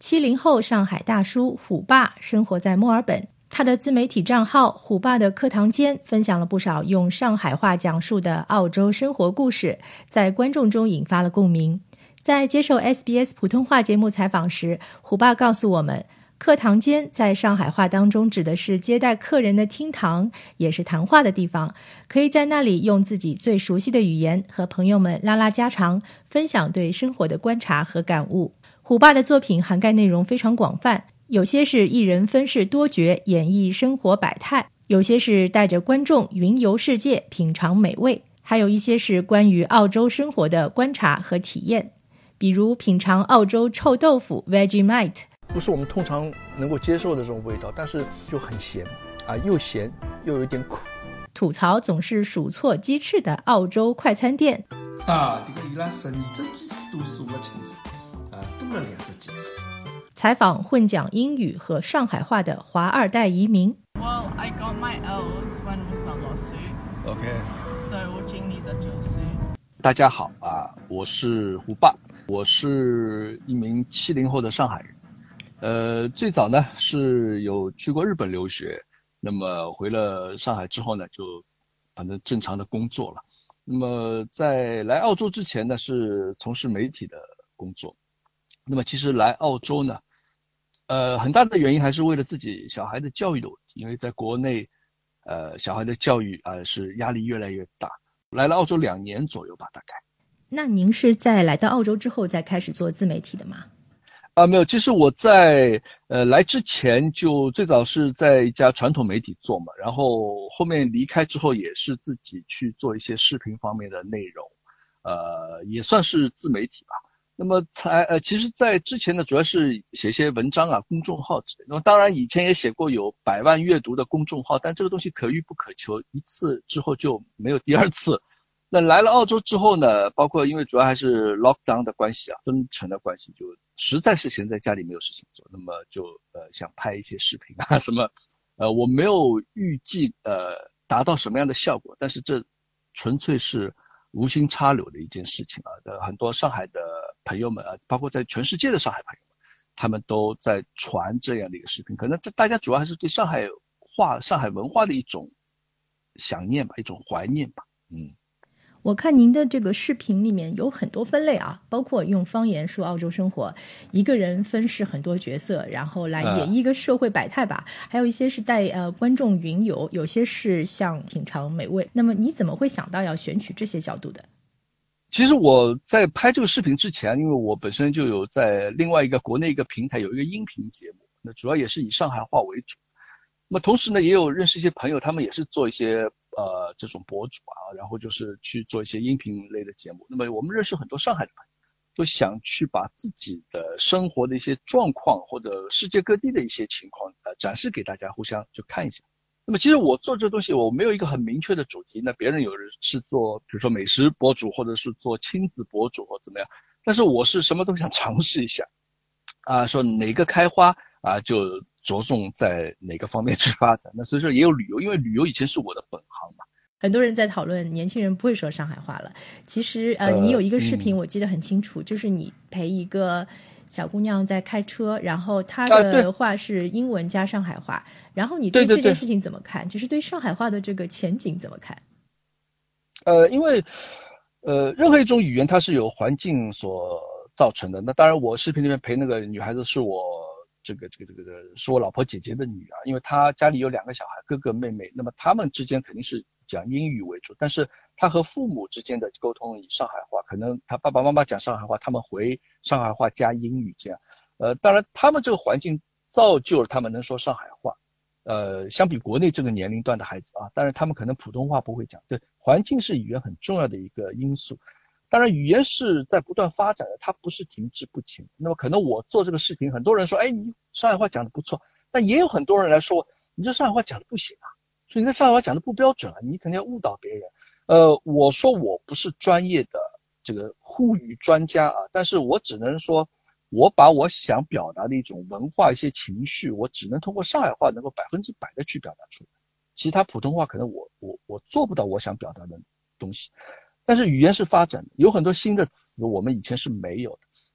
70后上海大叔虎爸生活在墨尔本，他的自媒体账号虎爸的课堂间分享了不少用上海话讲述的澳洲生活故事，在观众中引发了共鸣。在接受 SBS 普通话节目采访时，虎爸告诉我们，课堂间在上海话当中指的是接待客人的厅堂，也是谈话的地方，可以在那里用自己最熟悉的语言和朋友们拉拉家常，分享对生活的观察和感悟。虎爸的作品涵盖内容非常广泛，有些是一人分饰多角演绎生活百态，有些是带着观众云游世界品尝美味，还有一些是关于澳洲生活的观察和体验，比如品尝澳洲臭豆腐 Vegemite， 不是我们通常能够接受的这种味道，但是就很咸啊，又咸又有一点苦。 吐槽总是数错鸡翅的澳洲快餐店啊，这个伊拉12只鸡翅都数了清楚啊，多了2只鸡翅。 采访混讲英语和上海话的华二代移民。 Well, I got my L's when we found lawsuit. OK， So watching these are lawsuit. 大家好啊，我是胡爸，我是一名70后的上海人。最早呢是有去过日本留学，那么回了上海之后呢，就反正正常的工作了。那么在来澳洲之前呢，是从事媒体的工作。那么其实来澳洲呢，很大的原因还是为了自己小孩的教育的问题，因为在国内，小孩的教育是压力越来越大。来了澳洲2年左右吧，大概。 那您是在来到澳洲之后再开始做自媒体的吗？ 没有，其实我在来之前就最早是在一家传统媒体做嘛，然后后面离开之后也是自己去做一些视频方面的内容，也算是自媒体吧。那么其实在之前呢，主要是写些文章啊、公众号之类的。那么当然以前也写过有100万阅读的公众号，但这个东西可遇不可求，一次之后就没有第二次。那来了澳洲之后呢，包括因为主要还是 lockdown 的关系啊，封城的关系，就实在是闲在家里没有事情做，那么就想拍一些视频啊什么，我没有预计达到什么样的效果，但是这纯粹是无心插柳的一件事情啊。很多上海的朋友们啊，包括在全世界的上海朋友们，他们都在传这样的一个视频，可能大家主要还是对上海话、上海文化的一种想念吧，一种怀念吧。 我看您的这个视频里面有很多分类啊，包括用方言说澳洲生活，一个人分饰很多角色，然后来演绎一个社会百态吧，还有一些是带观众云游，有些是像品尝美味。那么你怎么会想到要选取这些角度的？ 其实我在拍这个视频之前，因为我本身就有在另外一个国内一个平台有一个音频节目，那主要也是以上海话为主。那么同时呢，也有认识一些朋友，他们也是做一些这种博主啊，然后就是去做一些音频类的节目。那么我们认识很多上海的朋友，就想去把自己的生活的一些状况或者世界各地的一些情况展示给大家，互相就看一下。那么其实我做这东西我没有一个很明确的主题，那别人有人是做比如说美食博主，或者是做亲子博主或怎么样，但是我是什么都想尝试一下说哪个开花就着重在哪个方面去发展。那所以说也有旅游，因为旅游以前是我的本行嘛。 很多人在讨论年轻人不会说上海话了，其实你有一个视频我记得很清楚，就是你陪一个小姑娘在开车，然后她的话是英文加上海话，然后你对这件事情怎么看？就是对上海话的这个前景怎么看？ 因为任何一种语言它是有环境所造成的。那当然我视频里面陪那个女孩子是我这个是我老婆姐姐的女儿，因为她家里有2个小孩，哥哥妹妹，那么他们之间肯定是讲英语为主，但是她和父母之间的沟通以上海话，可能她爸爸妈妈讲上海话，他们回上海话加英语这样。当然他们这个环境造就了他们能说上海话。相比国内这个年龄段的孩子当然他们可能普通话不会讲，对，环境是语言很重要的一个因素。当然语言是在不断发展的，它不是停滞不前。那么可能我做这个视频，很多人说你上海话讲的不错，但也有很多人来说你这上海话讲的不行所以你这上海话讲的不标准你肯定要误导别人。我说我不是专业的这个沪语专家但是我只能说我把我想表达的一种文化一些情绪，我只能通过上海话能够100%的去表达出来，其他普通话可能我做不到我想表达的东西。但是语言是发展的，有很多新的词我们以前是没有的。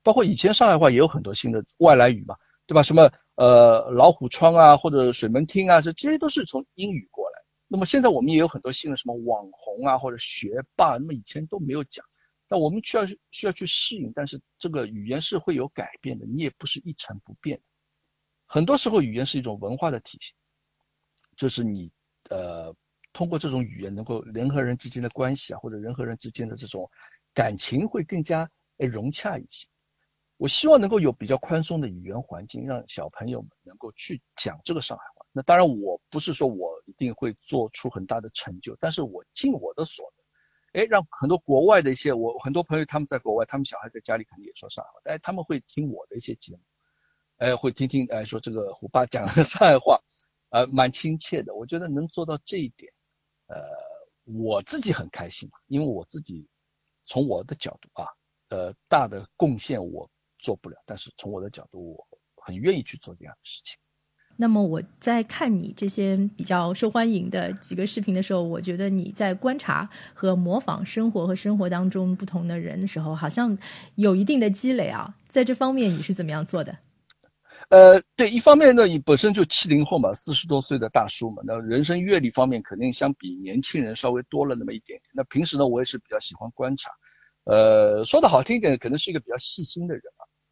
包括以前上海话也有很多新的外来语嘛，对吧？什么老虎窗啊，或者水门厅啊，这些都是从英语过来。那么现在我们也有很多新的什么网红啊，或者学霸，那么以前都没有讲。那我们需要去适应，但是这个语言是会有改变的，你也不是一成不变的。很多时候语言是一种文化的体系，就是你通过这种语言能够人和人之间的关系啊，或者人和人之间的这种感情会更加融洽一些。我希望能够有比较宽松的语言环境，让小朋友们能够去讲这个上海话。那当然我不是说我一定会做出很大的成就，但是我尽我的所能，让很多国外的一些我很多朋友他们在国外，他们小孩在家里肯定也说上海话，他们会听我的一些节目，会听听说这个虎爸讲的上海话，蛮亲切的。我觉得能做到这一点，我自己很开心嘛，因为我自己从我的角度大的贡献我做不了，但是从我的角度我很愿意去做这样的事情。 那么我在看你这些比较受欢迎的几个视频的时候，我觉得你在观察和模仿生活和生活当中不同的人的时候，好像有一定的积累啊。在这方面你是怎么样做的？ 对，一方面呢，你本身就70后嘛，40多岁的大叔嘛，那人生阅历方面肯定相比年轻人稍微多了那么一点点。那平时呢，我也是比较喜欢观察，说的好听一点，可能是一个比较细心的人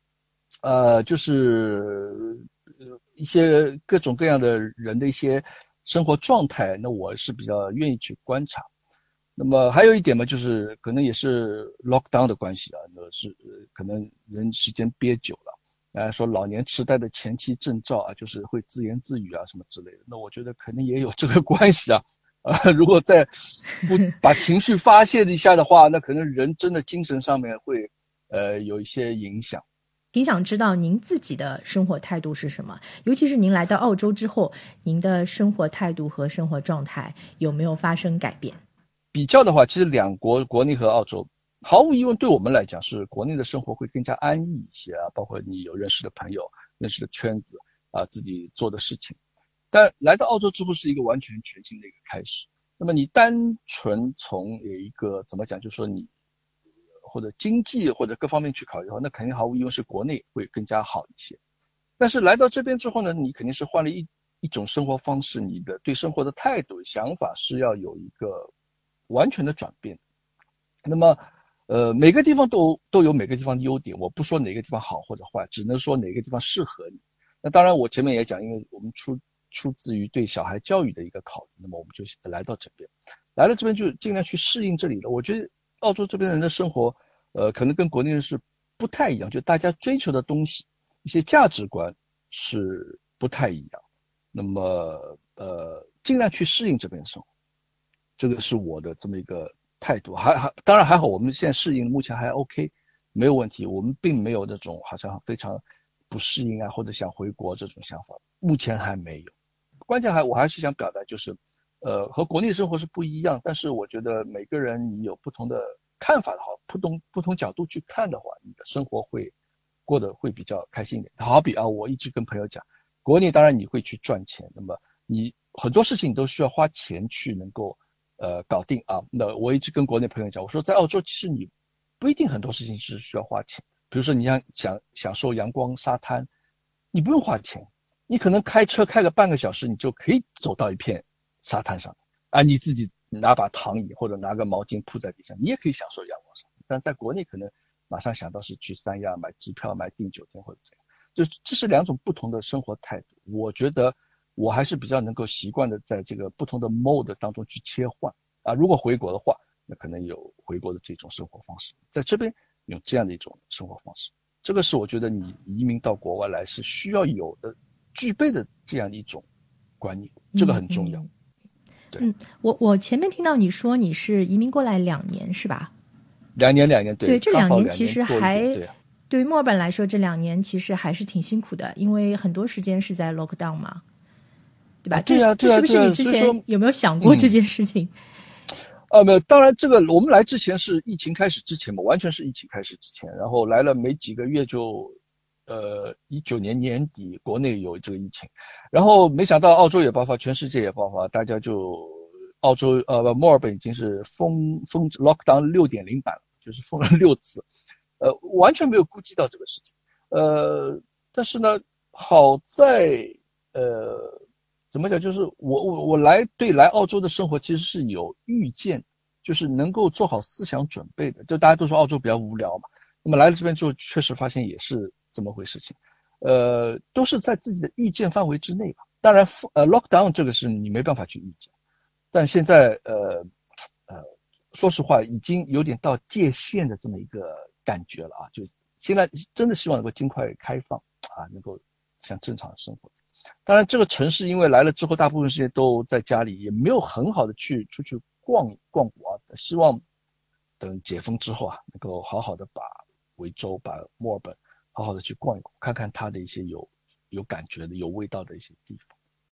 就是一些各种各样的人的一些生活状态，那我是比较愿意去观察。那么还有一点嘛，就是可能也是 lockdown 的关系那是可能人时间憋久了，说老年痴呆的前期征兆就是会自言自语什么之类的。那我觉得可能也有这个关系如果再不把情绪发泄一下的话，那可能人真的精神上面会有一些影响。 挺想知道您自己的生活态度是什么，尤其是您来到澳洲之后，您的生活态度和生活状态有没有发生改变？ 比较的话，其实两国国内和澳洲毫无疑问对我们来讲是国内的生活会更加安逸一些包括你有认识的朋友，认识的圈子自己做的事情。但来到澳洲之后是一个完全全新的一个开始。那么你单纯从有一个怎么讲，就是说你或者经济或者各方面去考虑的话，那肯定毫无疑问是国内会更加好一些。但是来到这边之后呢，你肯定是换了一种生活方式，你的对生活的态度想法是要有一个完全的转变。那么每个地方都有每个地方的优点，我不说哪个地方好或者坏，只能说哪个地方适合你。那当然我前面也讲，因为我们出自于对小孩教育的一个考虑，那么我们就来到这边，来了这边就尽量去适应这里了。我觉得澳洲这边人的生活可能跟国内人是不太一样，就大家追求的东西一些价值观是不太一样。那么尽量去适应这边的生活，这个是我的这么一个态度。当然还好，我们现在适应目前还 OK， 没有问题。我们并没有那种好像非常不适应或者想回国这种想法，目前还没有。关键我还是想表达就是和国内生活是不一样，但是我觉得每个人你有不同的看法的话，不同角度去看的话，你的生活会过得会比较开心一点。好比我一直跟朋友讲，国内当然你会去赚钱，那么你很多事情你都需要花钱去能够搞定那我一直跟国内朋友讲，我说在澳洲其实你不一定很多事情是需要花钱。比如说你想享受阳光沙滩，你不用花钱，你可能开车开个半个小时，你就可以走到一片沙滩上你自己拿把躺椅或者拿个毛巾铺在地上，你也可以享受阳光沙滩。但在国内可能马上想到是去三亚买机票买订酒店或者这样，就这是两种不同的生活态度。我觉得我还是比较能够习惯的在这个不同的 mode 当中去切换如果回国的话，那可能有回国的这种生活方式，在这边有这样的一种生活方式。这个是我觉得你移民到国外来是需要有的具备的这样一种观念，这个很重要。 我前面听到你说你是移民过来2年是吧 ？2年对，这2年其实还对于墨尔本来说，这2年其实还是挺辛苦的，因为很多时间是在 lockdown 嘛，对吧？这是不是你之前有没有想过这件事情？ 没有，当然这个我们来之前是疫情开始之前嘛，完全是疫情开始之前，然后来了没几个月就19年年底国内有这个疫情，然后没想到澳洲也爆发，全世界也爆发，大家就澳洲墨尔本已经是封 lockdown 6.0 版了，就是封了6次。 完全没有估计到这个事情。但是呢，好在怎么讲，就是我来澳洲的生活其实是有预见，就是能够做好思想准备的。就大家都说澳洲比较无聊嘛，那么来了这边之后，确实发现也是这么回事情。都是在自己的预见范围之内吧。当然lockdown 这个是你没办法去预见，但现在说实话已经有点到界限的这么一个感觉了啊，就现在真的希望能够尽快开放啊，能够像正常的生活。当然这个城市因为来了之后大部分时间都在家里，也没有很好的出去逛逛啊，希望等解封之后啊，能够好好的把维州把墨尔本好好的去逛一逛，看看它的一些有感觉的有味道的一些地方。